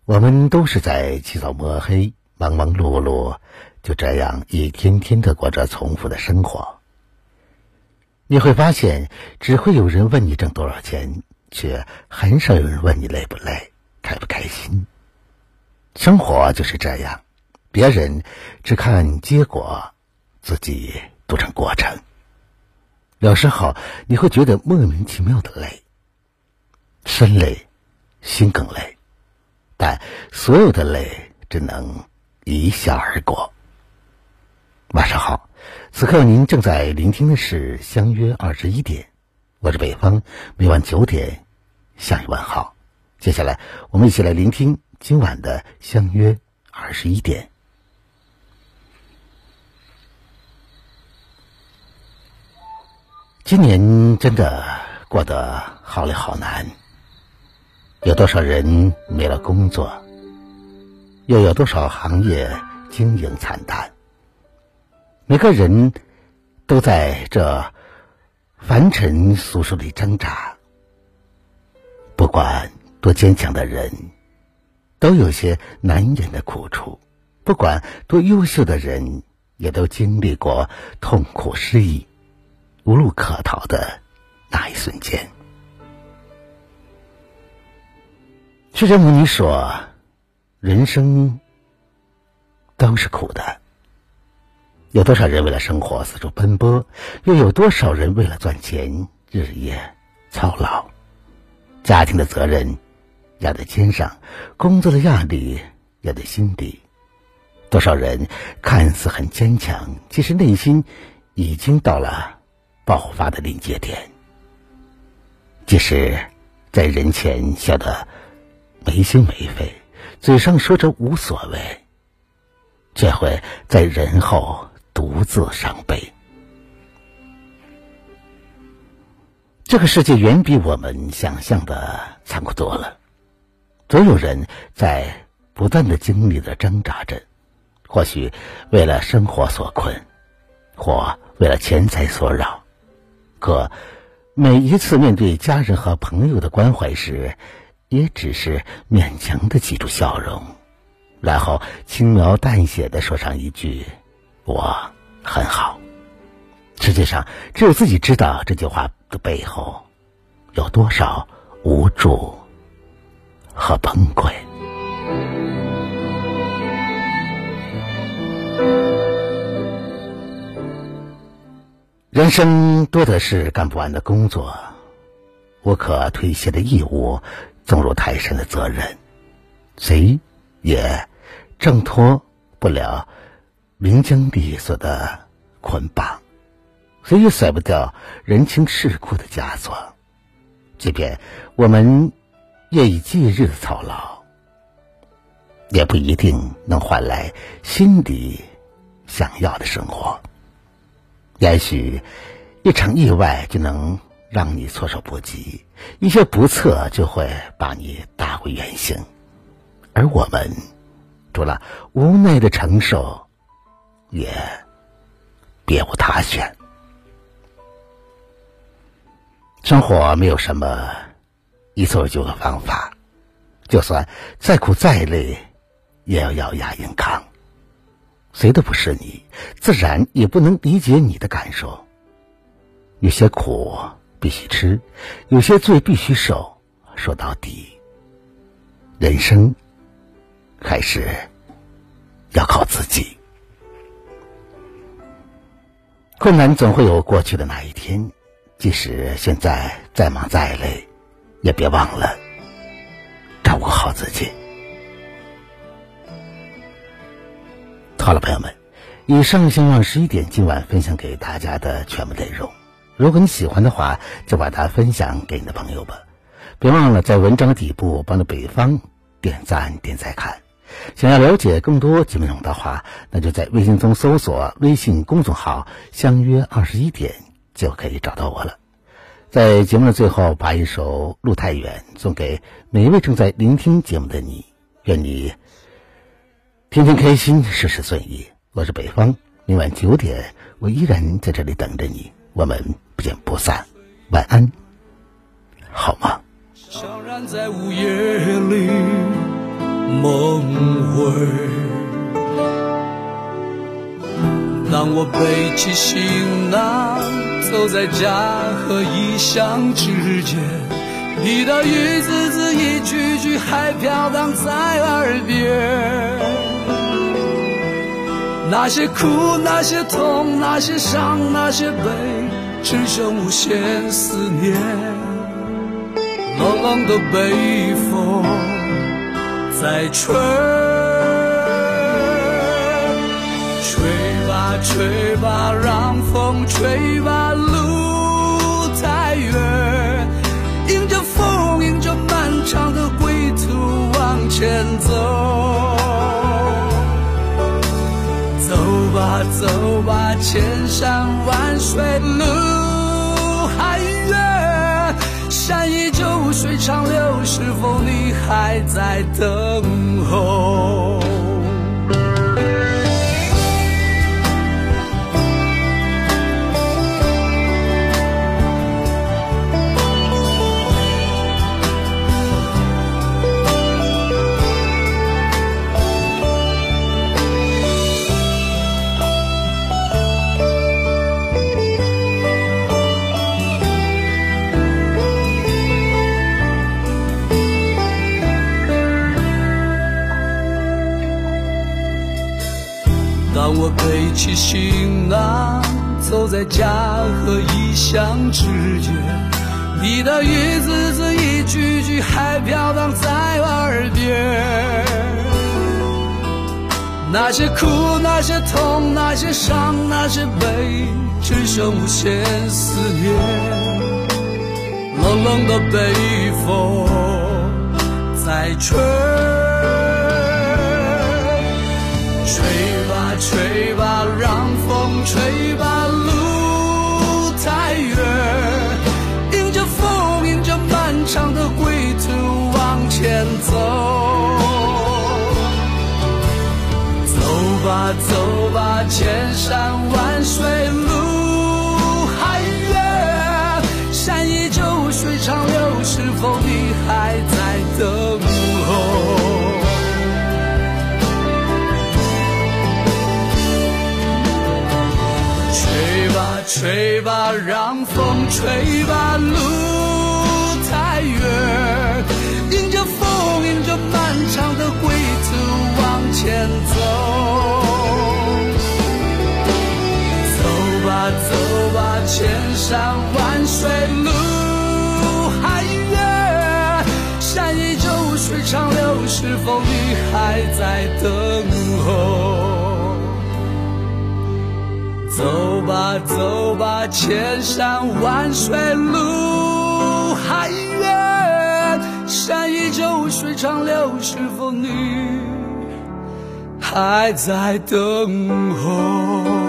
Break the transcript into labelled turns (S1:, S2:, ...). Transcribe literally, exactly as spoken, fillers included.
S1: 我们都是在起早摸黑、忙忙碌碌，就这样一天天的过着重复的生活。你会发现，只会有人问你挣多少钱，却很少有人问你累不累、开不开心。生活就是这样，别人只看结果，自己读成过程。有时候你会觉得莫名其妙的累，身累，心更累，但所有的累只能一笑而过。晚上好，此刻您正在聆听的是相约二十一点，我是北方，每晚九点向你问好。接下来我们一起来聆听今晚的相约二十一点。今年真的过得好累好难，有多少人没了工作，又有多少行业经营惨淡。每个人都在这凡尘俗世里挣扎，不管多坚强的人，都有些难言的苦楚；不管多优秀的人，也都经历过痛苦失意、无路可逃的那一瞬间。释迦牟尼说，人生都是苦的。有多少人为了生活四处奔波，又有多少人为了赚钱日夜操劳。家庭的责任压在肩上，工作的压力压在心底。多少人看似很坚强，其实内心已经到了爆发的临界点。即使在人前笑得没心没肺，嘴上说着无所谓，却会在人后独自伤悲。这个世界远比我们想象的残酷多了。总有人在不断的经历着挣扎着，或许为了生活所困，或为了钱财所扰。可每一次面对家人和朋友的关怀时，也只是勉强的挤出笑容，然后轻描淡写的说上一句我很好。实际上只有自己知道这句话的背后有多少无助和崩溃。人生多的是干不完的工作，无可推卸的义务，纵入泰山的责任，谁也挣脱不了名将利锁的捆绑，谁也甩不掉人情世故的枷锁。即便我们夜以继日的操劳，也不一定能换来心里想要的生活。也许一场意外就能让你措手不及，一些不测就会把你打回原形，而我们除了无奈的承受，也别无他选。生活没有什么一蹴而就的方法，就算再苦再累，也要咬牙硬扛。谁都不是你，自然也不能理解你的感受。有些苦必须吃，有些罪必须受。说到底，人生还是要靠自己。困难总会有过去的那一天，即使现在再忙再累，也别忘了照顾好自己。好了，朋友们，以上相约二十一点今晚分享给大家的全部内容，如果你喜欢的话，就把它分享给你的朋友吧。别忘了在文章的底部帮着北方点赞点再看。想要了解更多节目内容的话，那就在微信中搜索微信公众号相约二十一点就可以找到我了。在节目的最后，把一首《路太远》送给每一位正在聆听节目的你，愿你天天开心，事事顺意。我是北方，明晚九点我依然在这里等着你，我们不见不散。晚安，好吗？
S2: 悄然在午夜里当我背起行囊，走在家和异乡之间，你的语字字一句句还飘荡在耳边。那些苦，那些痛，那些伤，那些悲，只剩无限思念。冷冷的北风在吹，吹吧吹吧，让风吹吧，路太远，迎着风，迎着漫长的归途往前走。走吧走吧，千山万水路还远，山依旧水长流，是否你还在等候？当我背起行囊，走在家和异乡之间，你的语字字一句句还飘荡在耳边。那些苦，那些痛，那些伤，那些悲，只剩无限思念。冷冷的北风在吹，吹吧吹吧，让风吹吧，路太远，迎着风，迎着漫长的归途往前走。走吧走吧，千山万水路还远，山依旧水长流，是否你还在等候？吹吧，让风吹吧，路太远，迎着风，迎着漫长的归途往前走。走吧，走吧，千山万水路还远，山依旧水长流，是否你还在等候？走吧走吧，千山万水路还远，山依旧水长流，是否你还在等候？